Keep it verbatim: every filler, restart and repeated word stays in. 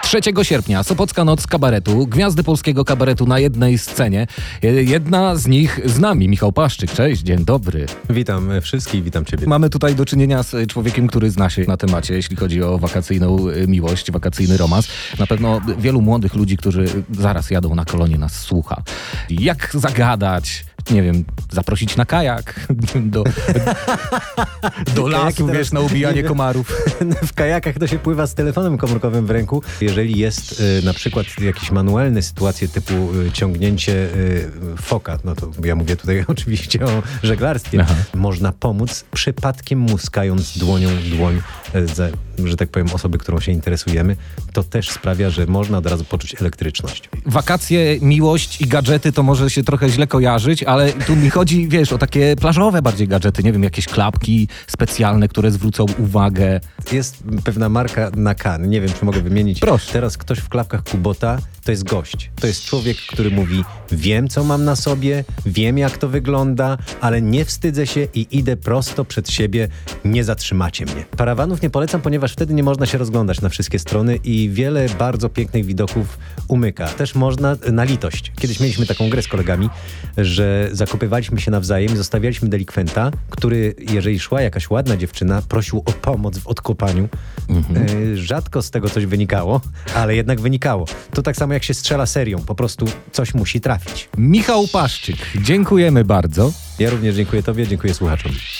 trzeciego sierpnia Sopocka Noc Kabaretu. Gwiazdy polskiego kabaretu na jednej scenie. Jedna z nich z nami, Michał Paszczyk. Cześć, dzień dobry. Witam wszystkich, witam ciebie. Mamy tutaj do czynienia z człowiekiem, który zna się na temacie, jeśli chodzi o wakacyjną miłość, wakacyjny romans. Na pewno wielu młodych ludzi, którzy zaraz jadą na kolonie, nas słucha. Jak zagadać? Nie wiem, zaprosić na kajak do, do lasu, wiesz, na ubijanie komarów. W kajakach to się pływa z telefonem komórkowym w ręku. Jeżeli jest y, na przykład jakieś manualne sytuacje typu y, ciągnięcie y, foka, no to ja mówię tutaj oczywiście o żeglarstwie, Aha. można pomóc przypadkiem muskając dłonią dłoń, y, za, że tak powiem, osoby, którą się interesujemy. To też sprawia, że można od razu poczuć elektryczność. Wakacje, miłość i gadżety to może się trochę źle kojarzyć, ale tu mi chodzi, wiesz, o takie plażowe bardziej gadżety, nie wiem, jakieś klapki specjalne, które zwrócą uwagę. Jest pewna marka na Kan, nie wiem, czy mogę wymienić. Proszę. Teraz ktoś w klapkach Kubota, to jest gość. To jest człowiek, który mówi, wiem, co mam na sobie, wiem, jak to wygląda, ale nie wstydzę się i idę prosto przed siebie, nie zatrzymacie mnie. Parawanów nie polecam, ponieważ wtedy nie można się rozglądać na wszystkie strony i wiele bardzo pięknych widoków umyka. Też można na litość. Kiedyś mieliśmy taką grę z kolegami, że zakopywaliśmy się nawzajem i zostawialiśmy delikwenta, który, jeżeli szła jakaś ładna dziewczyna, prosił o pomoc w odkopaniu. Mhm. E, rzadko z tego coś wynikało, ale jednak wynikało. To tak samo jak się strzela serią, po prostu coś musi trafić. Michał Paszczyk, dziękujemy bardzo. Ja również dziękuję tobie, dziękuję słuchaczom.